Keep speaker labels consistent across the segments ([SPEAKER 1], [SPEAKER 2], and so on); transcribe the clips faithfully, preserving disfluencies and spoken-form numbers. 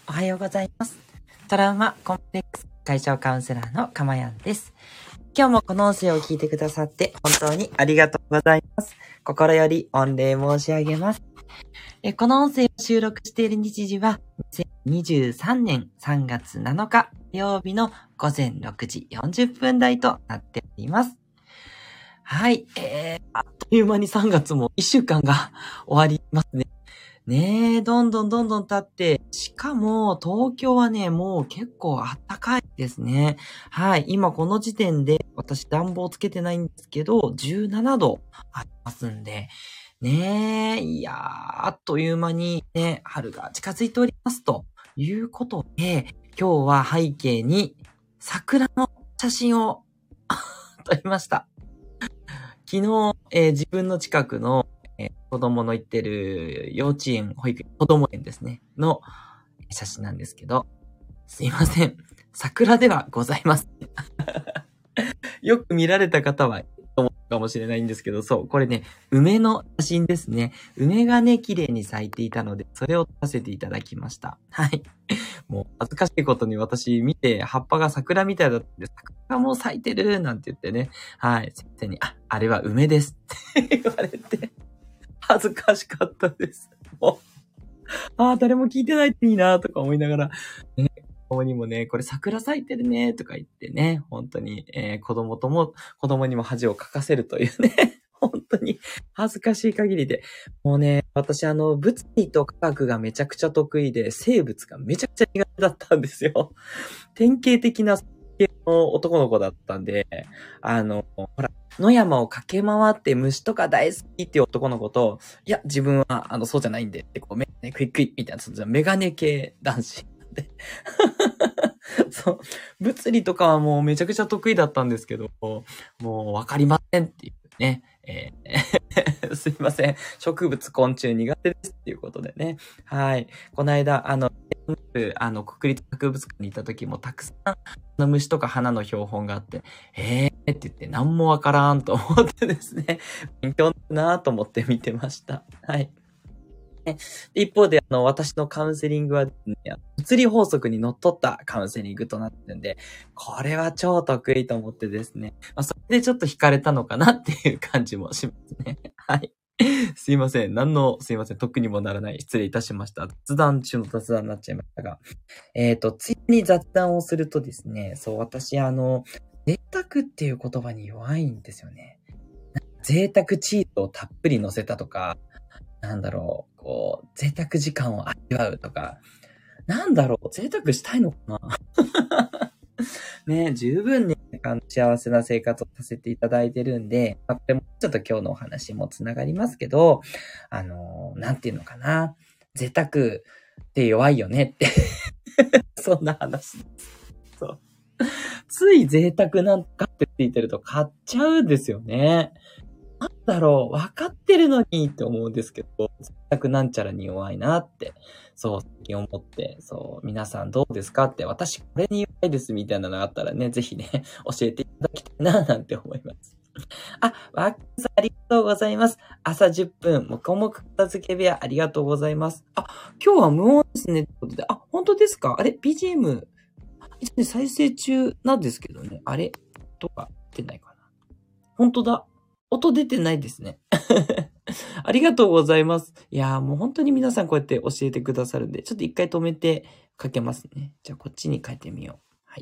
[SPEAKER 1] おはようございます。トラウマコンプレックス解消カウンセラーのかまやんです。今日もこの音声を聞いてくださって本当にありがとうございます。心より御礼申し上げます。えこの音声を収録している日時はにせんにじゅうさんねんさんがつなのか火曜日のごぜんろくじよんじゅっぷん台となっております。はい、えー、あっという間にさんがつもいっしゅうかんが終わりますね。ねえ、どんどんどんどん経って、しかも東京はね、もう結構暖かいですね。はい、今この時点で私暖房つけてないんですけど、じゅうななどありますんで、ねえ、いやー、あっという間にね、春が近づいておりますということで、今日は背景に桜の写真を撮りました。昨日、えー自分の近くのえー子供の行ってる幼稚園、保育園、子供園ですね、の写真なんですけど、すいません。桜ではございません。よく見られた方はいると思うかもしれないんですけど、そう、これね、梅の写真ですね。梅がね、綺麗に咲いていたので、それを撮らせていただきました。はい。もう恥ずかしいことに私見て葉っぱが桜みたいだったんで、桜がもう咲いてるなんて言ってね、はい、先生に、あ、あれは梅ですって言われて、恥ずかしかったです。もう、ああ、誰も聞いてないっていいなとか思いながら、ね、子供にもね、これ桜咲いてるねとか言ってね、本当に、えー子供とも、子供にも恥をかかせるというね、本当に恥ずかしい限りで、もうね、私あの、物理と科学がめちゃくちゃ得意で、生物がめちゃくちゃ苦手だったんですよ。典型的なの男の子だったんで、あの、ほら、野山を駆け回って虫とか大好きっていう男の子と、いや、自分は、あの、そうじゃないんで、ってこう、メガネクイックイみたいな、そのメガネ系男子なんで。そう、物理とかはもうめちゃくちゃ得意だったんですけど、もうわかりませんっていうね、えーすいません。植物、昆虫苦手ですっていうことでね。はい。この間、あの、あの、国立博物館に行った時もたくさん、あの虫とか花の標本があって、えーって言って何もわからんと思ってですね、勉強だなと思って見てました。はい。ね一方で、あの、私のカウンセリングはですね、物理法則にのっとったカウンセリングとなってるんで、これは超得意と思ってですね、まあ、それでちょっと惹かれたのかなっていう感じもしますね。はい。すいません。何の、すいません。得にもならない。失礼いたしました。雑談中の雑談になっちゃいましたが。えっと、ついに雑談をするとですね、そう、私、あの、贅沢っていう言葉に弱いんですよね。贅沢チートをたっぷり乗せたとか、なんだろう、こう、贅沢時間を味わうとか、なんだろう、贅沢したいのかなね、十分ね、あの幸せな生活をさせていただいてるんで、まあ、これもちょっと今日のお話もつながりますけど、あの、なんていうのかな、贅沢って弱いよねってそんな話です。そう。つい贅沢なんかってついてると買っちゃうんですよね。なんだろう、分かってるのにって思うんですけど、贅沢なんちゃらに弱いなって、そう、最近思って、そう、皆さんどうですかって、私これに弱いですみたいなのがあったらね、ぜひね、教えていただきたいな、なんて思います。あ、ワックさんありがとうございます。朝じゅっぷん、もこもこ片付け部屋ありがとうございます。あ、今日は無音ですね。ということで、あ、本当ですか？あれ ?ビージーエム、一応ね、再生中なんですけどね。あれとか出ないかな。本当だ。音出てないですね。ありがとうございます。いやーもう本当に皆さんこうやって教えてくださるんで、ちょっと一回止めてかけますね。じゃあこっちに変えてみよう。はい。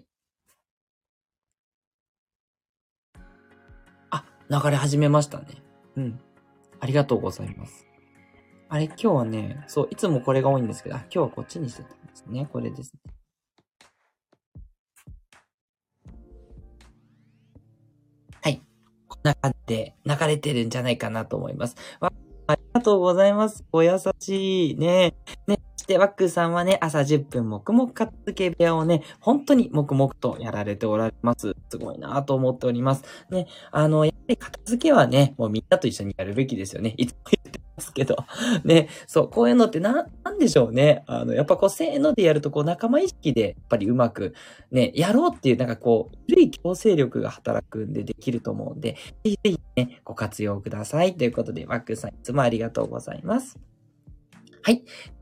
[SPEAKER 1] あ、流れ始めましたね。うん。ありがとうございます。あれ、今日はね、そう、いつもこれが多いんですけど、あ、今日はこっちにしてたんですね。これですね。はい。こんな感じで流れてるんじゃないかなと思います。わありがとうございます。お優しいね。ね。そして、ワックさんはね、朝じゅっぷん黙々片付け部屋をね、本当に黙々とやられておられます。すごいなと思っております。ね。あの、やっぱり片付けはね、もうみんなと一緒にやるべきですよね。いつも言ってますけど。ね。そう、こういうのってな、なんでしょうね。あの、やっぱこう、せーのでやると、こう、仲間意識で、やっぱりうまく、ね、やろうっていう、なんかこう、緩い強制力が働くんでできると思うんで、ぜひぜひね、ご活用ください。ということで、ワックさんいつもありがとうございます。はい。雑談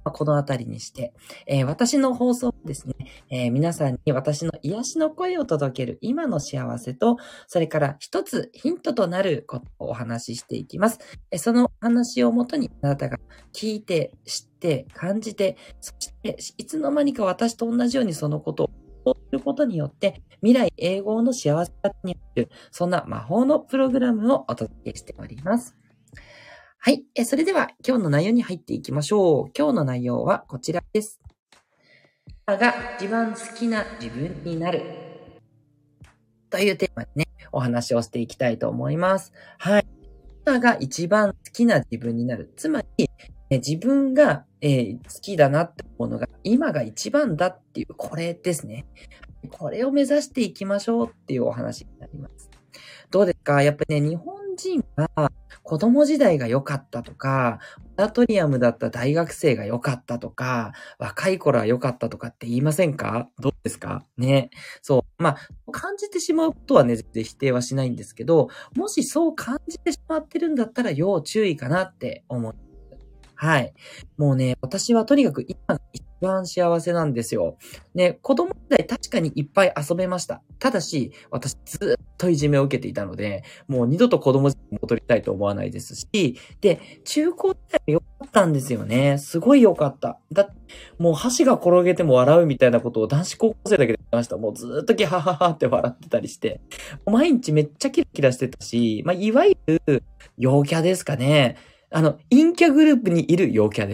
[SPEAKER 1] はこのあたりにして、えー私の放送ですね、えー皆さんに私の癒しの声を届ける今の幸せと、それから一つヒントとなることをお話ししていきます。えーその話をもとにあなたが聞いて、知って、感じて、そしていつの間にか私と同じようにそのことをすることによって、未来永劫の幸せになる、そんな魔法のプログラムをお届けしております。はい。え、それでは今日の内容に入っていきましょう。今日の内容はこちらです。あなたが一番好きな自分になるというテーマでね、お話をしていきたいと思います。はい。あなたが一番好きな自分になる。つまり、え自分が、えー好きだなって思うのが今が一番だっていう、これですね。これを目指していきましょうっていうお話になります。どうですか？やっぱりね、日本人は子供時代が良かったとか、モラトリアムだった大学生が良かったとか、若い頃は良かったとかって言いませんか？どうですかね。そう。まあ、感じてしまうことはね、全然否定はしないんですけど、もしそう感じてしまってるんだったら要注意かなって思う。はい。もうね、私はとにかく今が一番幸せなんですよ。ね、子供時代確かにいっぱい遊べました。ただし、私ずっといじめを受けていたので、もう二度と子供時代に戻りたいと思わないですし、で、中高時代も良かったんですよね。すごい良かった。だって、もう箸が転げても笑うみたいなことを男子高校生だけで言ってました。もうずっとキハハハって笑ってたりして、毎日めっちゃキラキラしてたし、まあ、いわゆる陽キャですかね。あの、陰キャグループにいる陽キャです。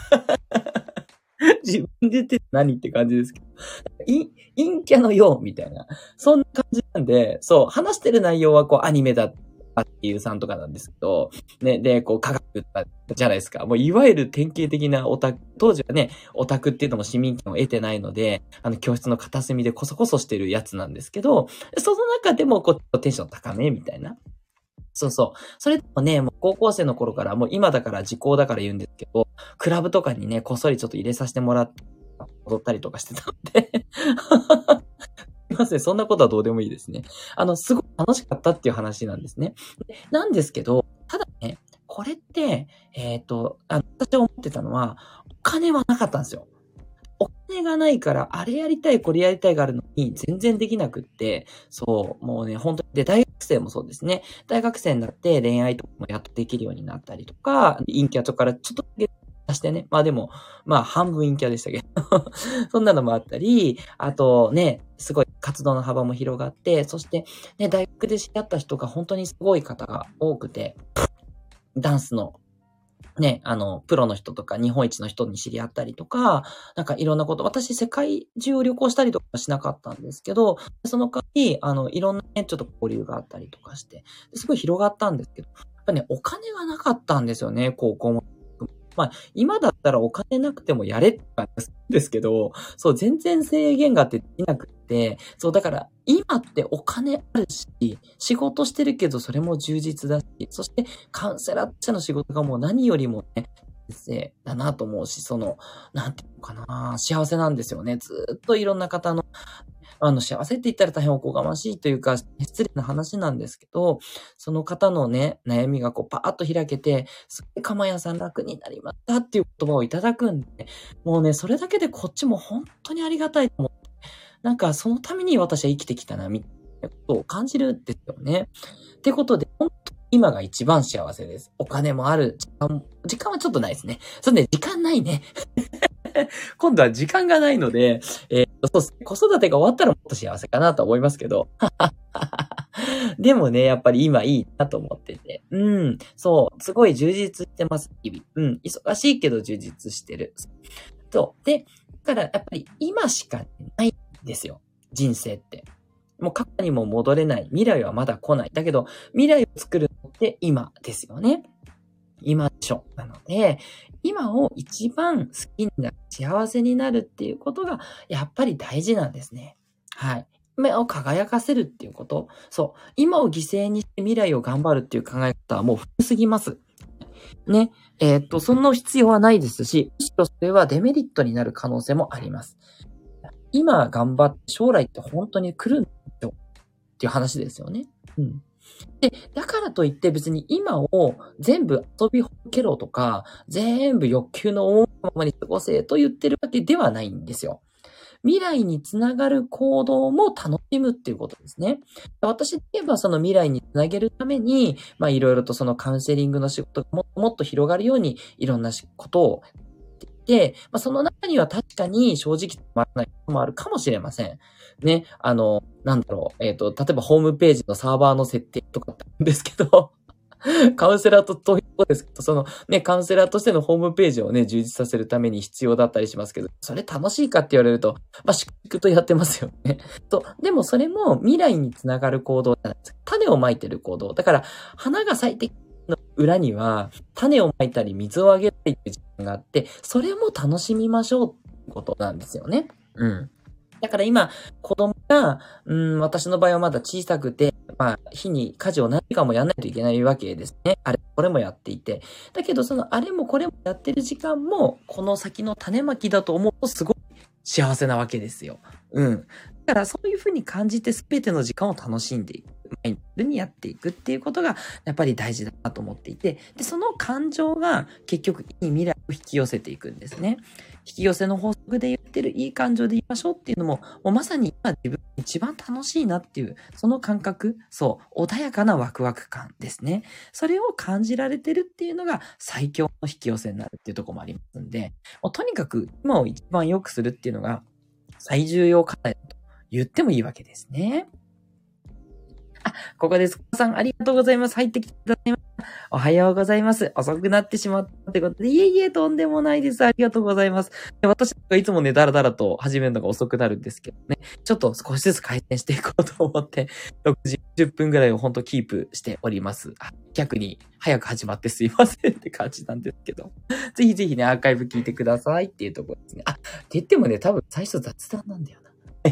[SPEAKER 1] 自分で言って何って感じですけど。陰、陰キャのようみたいな。そんな感じなんで、そう、話してる内容はこうアニメだったっていうさんとかなんですけど、ね、で、こう科学じゃないですか。もういわゆる典型的なオタク、当時はね、オタクっていうのも市民権を得てないので、あの教室の片隅でコソコソしてるやつなんですけど、その中でもこうテンション高めみたいな。そうそう。それでもね、もう高校生の頃から、もう今だから時効だから言うんですけど、クラブとかにね、こっそりちょっと入れさせてもらって、踊ったりとかしてたので。すいません、そんなことはどうでもいいですね。あの、すごく楽しかったっていう話なんですね。でなんですけど、ただね、これって、えっと、あの、私が思ってたのは、お金はなかったんですよ。お金がないから、あれやりたい、これやりたいがあるのに、全然できなくって、そう、もうね、本当に、で、大学生もそうですね。大学生になって恋愛とかもやっとできるようになったりとか、陰キャとからちょっとだけ出してね。まあでも、まあ半分陰キャでしたけど。そんなのもあったり、あとね、すごい活動の幅も広がって、そしてね、大学で知り合った人が本当にすごい方が多くて、ダンスのね、あの、プロの人とか日本一の人に知り合ったりとか、なんかいろんなこと、私世界中を旅行したりとかしなかったんですけど、その代わり、あの、いろんなね、ちょっと交流があったりとかして、すごい広がったんですけど、やっぱね、お金がなかったんですよね、高校も。まあ、今だったらお金なくてもやれって感じですけど、そう、全然制限があってできなくて、そう、だから、今ってお金あるし、仕事してるけどそれも充実だし、そしてカウンセラーとしての仕事がもう何よりもね、先生だなと思うし、その、なんていうのかな、幸せなんですよね。ずーっといろんな方の、あの、幸せって言ったら大変おこがましいというか、失礼な話なんですけど、その方のね、悩みがこうパーッと開けて、すっごいかまやさん楽になりましたっていう言葉をいただくんで、もうね、それだけでこっちも本当にありがたいと思って、なんかそのために私は生きてきたな、みたいなことを感じるんですよね。ってことで、本当に今が一番幸せです。お金もある。時間も、時間はちょっとないですね。そうね、時間ないね。今度は時間がないので、えー、そうですね。子育てが終わったらもっと幸せかなと思いますけど。でもね、やっぱり今いいなと思ってて。うん。そう。すごい充実してます、日々。うん。忙しいけど充実してる。そう。で、だからやっぱり今しかないんですよ。人生って。もう過去にも戻れない。未来はまだ来ない。だけど、未来を作るのって今ですよね。今でしょ。なので、今を一番好きになる、幸せになるっていうことが、やっぱり大事なんですね。はい。目を輝かせるっていうこと。そう。今を犠牲にして未来を頑張るっていう考え方はもう古すぎます。ね。えーっと、その必要はないですし、むしろそれはデメリットになる可能性もあります。今頑張って将来って本当に来るんですよっていう話ですよね。うん。で、だからといって別に今を全部遊びほけろとか、全部欲求の赴ままに過ごせと言ってるわけではないんですよ。未来につながる行動も楽しむっていうことですね。私で言えばその未来につなげるために、まあいろいろとそのカウンセリングの仕事がもっともっと広がるようにいろんなことをで、まあ、その中には確かに正直つまらないこともあるかもしれません。ね、あの、なんだろう、えっと、例えばホームページのサーバーの設定とかってあるんですけど、カウンセラーとということですけど、そのね、カウンセラーとしてのホームページをね、充実させるために必要だったりしますけど、それ楽しいかって言われると、まあ、しくとやってますよね。と、でもそれも未来につながる行動じゃないですか。種をまいてる行動。だから、花が咲いての裏には、種をまいたり水をあげたりっていう時間があって、それも楽しみましょうってことなんですよね。うん。だから今、子供が、うん、私の場合はまだ小さくて、まあ、日に家事を何時間もやんないといけないわけですね。あれ、これもやっていて。だけど、そのあれもこれもやってる時間も、この先の種まきだと思うとすごい幸せなわけですよ。うん。だからそういうふうに感じて全ての時間を楽しんでいく。マインドにやっていくっていうことがやっぱり大事だなと思っていて、で、その感情が結局いい未来を引き寄せていくんですね。引き寄せの法則で言ってるいい感情で言いましょうっていうのも、もうまさに今自分一番楽しいなっていう、その感覚、そう、穏やかなワクワク感ですね。それを感じられてるっていうのが最強の引き寄せになるっていうところもありますんで、もうとにかく今を一番良くするっていうのが最重要課題だと言ってもいいわけですね。あ、ここです。さん、ありがとうございます。入ってきてくださいました。おはようございます。遅くなってしまったってことで、いえいえ、とんでもないです。ありがとうございます。私がいつもね、だらだらと始めるのが遅くなるんですけどね。ちょっと少しずつ改善していこうと思って、ろくじじゅっぷんぐらいをほんとキープしております。逆に早く始まってすいませんって感じなんですけど。ぜひぜひね、アーカイブ聞いてくださいっていうところですね。あ、って言ってもね、多分最初雑談なんだよな。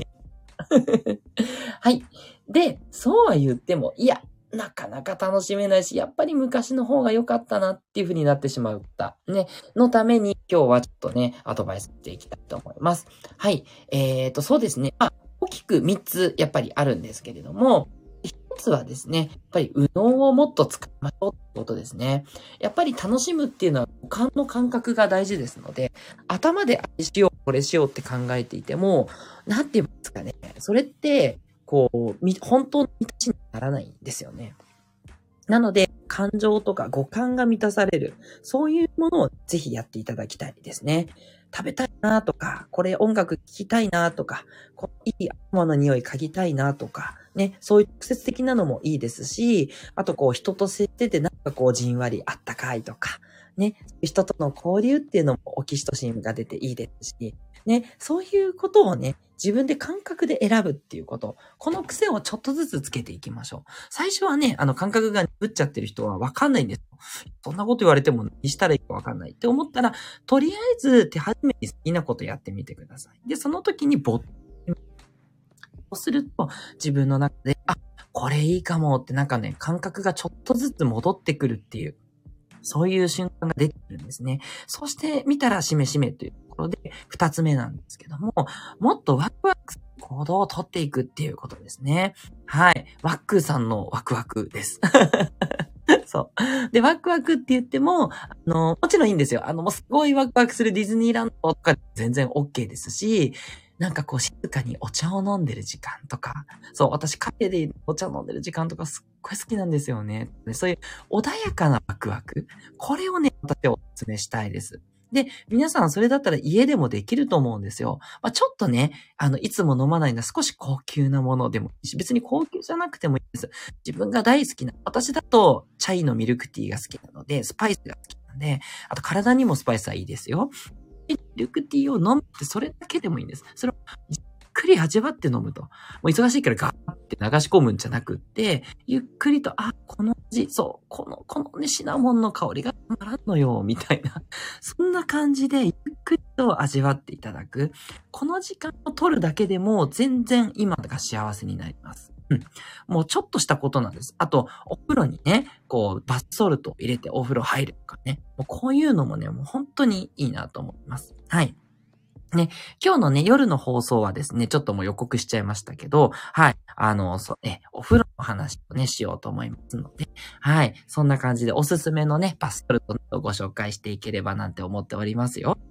[SPEAKER 1] はい。で、そうは言っても、いや、なかなか楽しめないし、やっぱり昔の方が良かったなっていう風になってしまった。ね。のために今日はちょっとね、アドバイスしていきたいと思います。はい。えーと、そうですね。まあ、大きくみっつやっぱりあるんですけれども、一つはですね、やっぱり右脳をもっと使いましょうってことですね。やっぱり楽しむっていうのは五感の感覚が大事ですので、頭であれしよう、これしようって考えていても、なんて言いますかね。それって、こう、み、本当の満たしにならないんですよね。なので、感情とか五感が満たされる。そういうものをぜひやっていただきたいですね。食べたいなとか、これ音楽聴きたいなとか、こういいアロマの匂い嗅ぎたいなとか、ね、そういう直接的なのもいいですし、あとこう人と接しててなんかこうじんわりあったかいとか、ね、人との交流っていうのもオキシトシンが出ていいですし、ね、そういうことをね、自分で感覚で選ぶっていうこと。この癖をちょっとずつつけていきましょう。最初はね、あの感覚が鈍っちゃってる人はわかんないんですよ。そんなこと言われても何したらいいかわかんないって思ったら、とりあえず手始めに好きなことやってみてください。で、その時にぼっとすると自分の中で、あ、これいいかもってなんかね、感覚がちょっとずつ戻ってくるっていう。そういう瞬間が出てくるんですね。そして見たらしめしめというところで、二つ目なんですけども、もっとワクワクする行動をとっていくっていうことですね。はい。ワックーさんのワクワクです。そう。で、ワクワクって言っても、あの、もちろんいいんですよ。あの、もうすごいワクワクするディズニーランドとか全然 OK ですし、なんかこう静かにお茶を飲んでる時間とか、そう、私カフェでお茶飲んでる時間とかすっごい好きなんですよね。でそういう穏やかなワクワク。これをね、私はお勧めしたいです。で、皆さんそれだったら家でもできると思うんですよ。まあ、ちょっとね、あの、いつも飲まないのは少し高級なものでもいいし、別に高級じゃなくてもいいです。自分が大好きな、私だとチャイのミルクティーが好きなので、スパイスが好きなので、あと体にもスパイスはいいですよ。ミルクティーを飲むってそれだけでもいいんです。それをじっくり味わって飲むと。もう忙しいからガーって流し込むんじゃなくって、ゆっくりと、あ、この味、そう、この、このね、シナモンの香りがたまらんのよ、みたいな。そんな感じでゆっくりと味わっていただく。この時間を取るだけでも全然今が幸せになります。うん。もうちょっとしたことなんです。あと、お風呂にね、こう、バスソルトを入れてお風呂入るとかね。もうこういうのもね、もう本当にいいなと思います。はい。ね、今日のね、夜の放送はですね、ちょっともう予告しちゃいましたけど、はい。あの、そう、ね、お風呂の話をね、しようと思いますので、はい。そんな感じでおすすめのね、バスソルトをご紹介していければなんて思っておりますよ。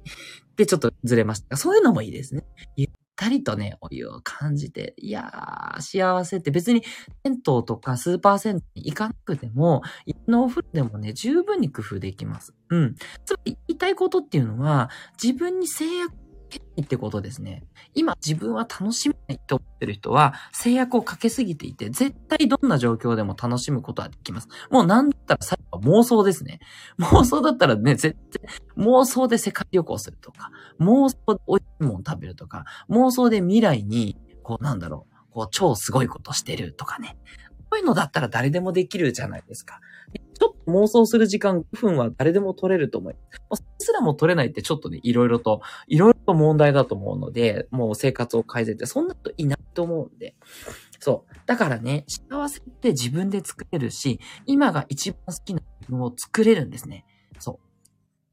[SPEAKER 1] で、ちょっとずれましたが、そういうのもいいですね。ゆったりとね、お湯を感じて、いやー、幸せって別に銭湯とかスーパー銭湯に行かなくても、家のお風呂でもね、十分に工夫できます。うん。つまり言いたいことっていうのは、自分に制約ってことですね。今自分は楽しめないと思ってる人は制約をかけすぎていて、絶対どんな状況でも楽しむことはできます。もうなんだったら最後は妄想ですね。妄想だったらね、絶対妄想で世界旅行するとか、妄想で美味しいもの食べるとか、妄想で未来に、こうなんだろう、こう超すごいことしてるとかね。こういうのだったら誰でもできるじゃないですか。ちょっと妄想する時間ごふんは誰でも取れると思います。それすらも取れないってちょっとね、いろいろと、いろいろと問題だと思うので、もう生活を改善ってそんな人いないと思うんで。そう。だからね、幸せって自分で作れるし、今が一番好きな自分を作れるんですね。そう。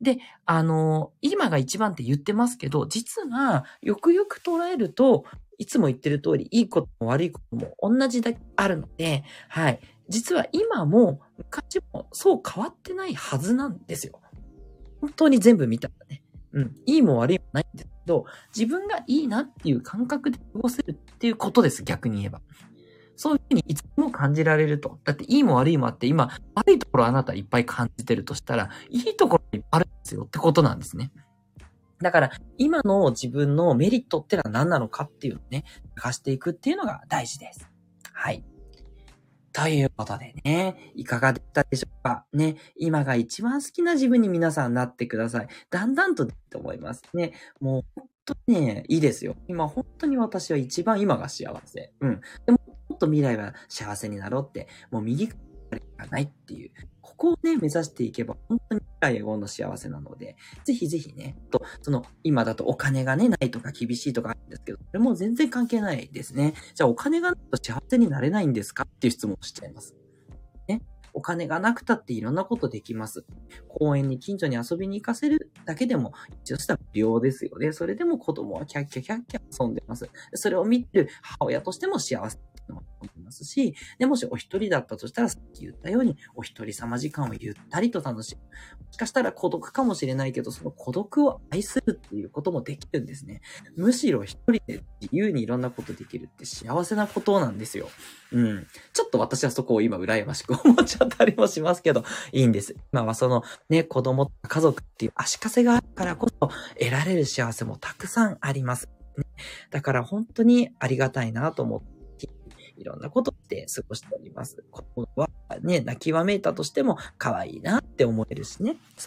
[SPEAKER 1] で、あの、今が一番って言ってますけど、実は、よくよく捉えると、いつも言ってる通り、いいことも悪いことも同じだけあるので、はい。実は今も昔もそう変わってないはずなんですよ。本当に全部見たらね。うん。いいも悪いもないんですけど、自分がいいなっていう感覚で過ごせるっていうことです、逆に言えば。そういうふうにいつも感じられると。だっていいも悪いもあって、今、悪いところあなたいっぱい感じてるとしたら、いいところいっぱいあるんですよってことなんですね。だから、今の自分のメリットってのは何なのかっていうのをね、探していくっていうのが大事です。はい。ということでね、いかがでしたでしょうかね、今が一番好きな自分に皆さんなってください。だんだんとでいいと思いますね。もう本当にね、いいですよ。今本当に私は一番今が幸せ。うん。でも、もっと未来は幸せになろうって、もう右がないっていう、ここをね、目指していけば本当に未来永劫の幸せなので、ぜひぜひね、と、その、今だとお金がね、ないとか厳しいとかあるんですけど、それも全然関係ないですね。じゃあお金がないと幸せになれないんですかっていう質問をしちゃいます。ね。お金がなくたっていろんなことできます。公園に近所に遊びに行かせるだけでも、一応したら無料ですよね。それでも子供はキャッキャキャッキャ遊んでます。それを見てる母親としても幸せっていうのも思いますし、でもしお一人だったとしたら、さっき言ったように、お一人様時間をゆったりと楽しむ。もしかしたら孤独かもしれないけど、その孤独を愛するっていうこともできるんですね。むしろ一人で自由にいろんなことできるって幸せなことなんですよ。うん。ちょっと私はそこを今羨ましく思っちゃったりもしますけど、いいんです。今はそのね、子供とか家族っていう足かせがあるからこそ得られる幸せもたくさんあります。ね、だから本当にありがたいなと思って、いろんなことって過ごしております。子供はね、泣きわめいたとしても可愛いなって思えるしね。そう。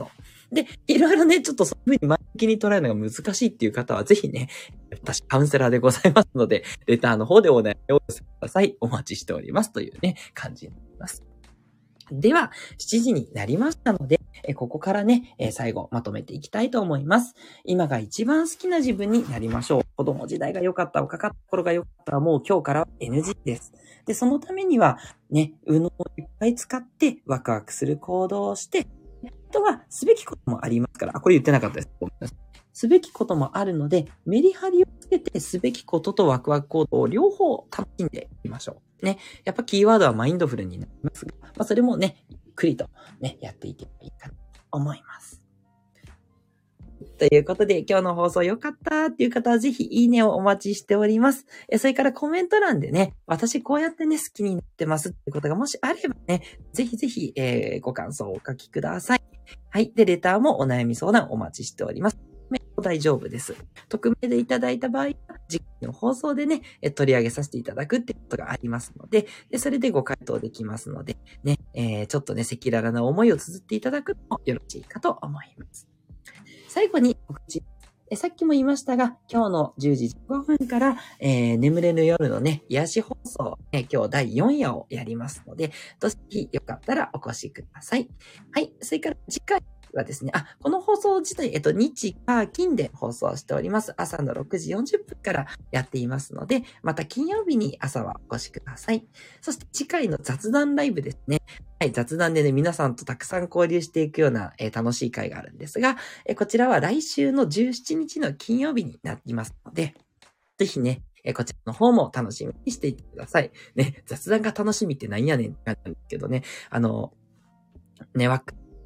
[SPEAKER 1] で、いろいろね、ちょっとそういうふうに前向きに捉えるのが難しいっていう方はぜひね、私カウンセラーでございますので、レターの方でお悩みをお寄せください。お待ちしておりますというね、感じになります。では、しちじになりましたので、えここからね、え最後まとめていきたいと思います。今が一番好きな自分になりましょう。子供時代が良かった若かった頃が良かったらもう今日からは エヌジー です。で、そのためにはね、右脳をいっぱい使ってワクワクする行動をして、あとはすべきこともありますから、あ、これ言ってなかったです。ごめんなさい。すべきこともあるので、メリハリをつけてすべきこととワクワク行動を両方楽しんでいきましょう。ね。やっぱキーワードはマインドフルになりますが、まあそれもね、ゆっくりとね、やっていけばいいかなと思います。ということで、今日の放送良かったっていう方はぜひいいねをお待ちしております。え、それからコメント欄でね、私こうやってね、好きになってますっていうことがもしあればね、ぜひぜひ、えー、ご感想をお書きください。はい。で、レターもお悩み相談お待ちしております。大丈夫です。匿名でいただいた場合は、次回の放送でね、取り上げさせていただくってことがありますので、でそれでご回答できますので、ね、えー、ちょっとね、赤裸々な思いを綴っていただくのもよろしいかと思います。最後に告知。えさっきも言いましたが、今日のじゅうじじゅうごふんから、えー、眠れぬ夜のね、癒し放送、えー、今日だいよん夜をやりますので、ぜひよかったらお越しください。はい。それから次回はですね、あ、この放送自体、えっと、日、火、金で放送しております。朝のろくじよんじゅっぷんからやっていますので、また金曜日に朝はお越しください。そして次回の雑談ライブですね。はい、雑談でね、皆さんとたくさん交流していくような、えー、楽しい会があるんですが、えー、こちらは来週のじゅうしちにちの金曜日になりますので、ぜひね、えー、こちらの方も楽しみにしていてください。ね、雑談が楽しみってなんやねんって感じなんですけどね、あの、ね、わ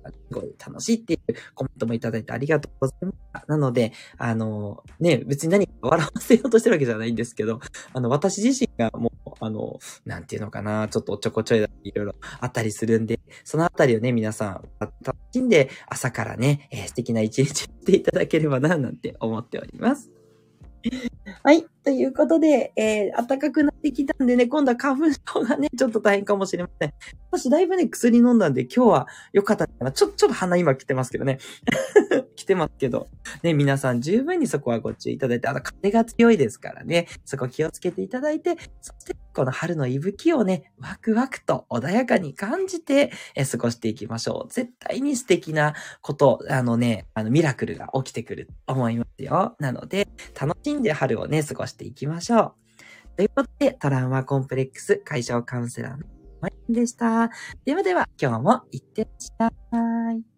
[SPEAKER 1] すごい楽しいっていうコメントもいただいてありがとうございました。なので、あの、ね、別に何か笑わせようとしてるわけじゃないんですけど、あの、私自身がもう、あの、なんていうのかな、ちょっとおちょこちょいだったりいろいろあったりするんで、そのあたりをね、皆さん、楽しんで朝からね、えー素敵な一日していただければな、なんて思っております。はい。ということで、えー、暖かくなってきたんでね、今度は花粉症がね、ちょっと大変かもしれません。私、だいぶね、薬飲んだんで、今日は良かったかな。ちょ、ちょっと鼻今来てますけどね。来てますけど。ね、皆さん十分にそこはご注意いただいて、あの、風が強いですからね、そこ気をつけていただいて、そして、この春の息吹をね、ワクワクと穏やかに感じて、え過ごしていきましょう。絶対に素敵なこと、あのね、あの、ミラクルが起きてくると思いますよ。なので、楽しんで春をね、過ごしていきましょう。ということで、トラウマコンプレックス解消カウンセラーのまいんでした。ではでは、今日もいってらっしゃい。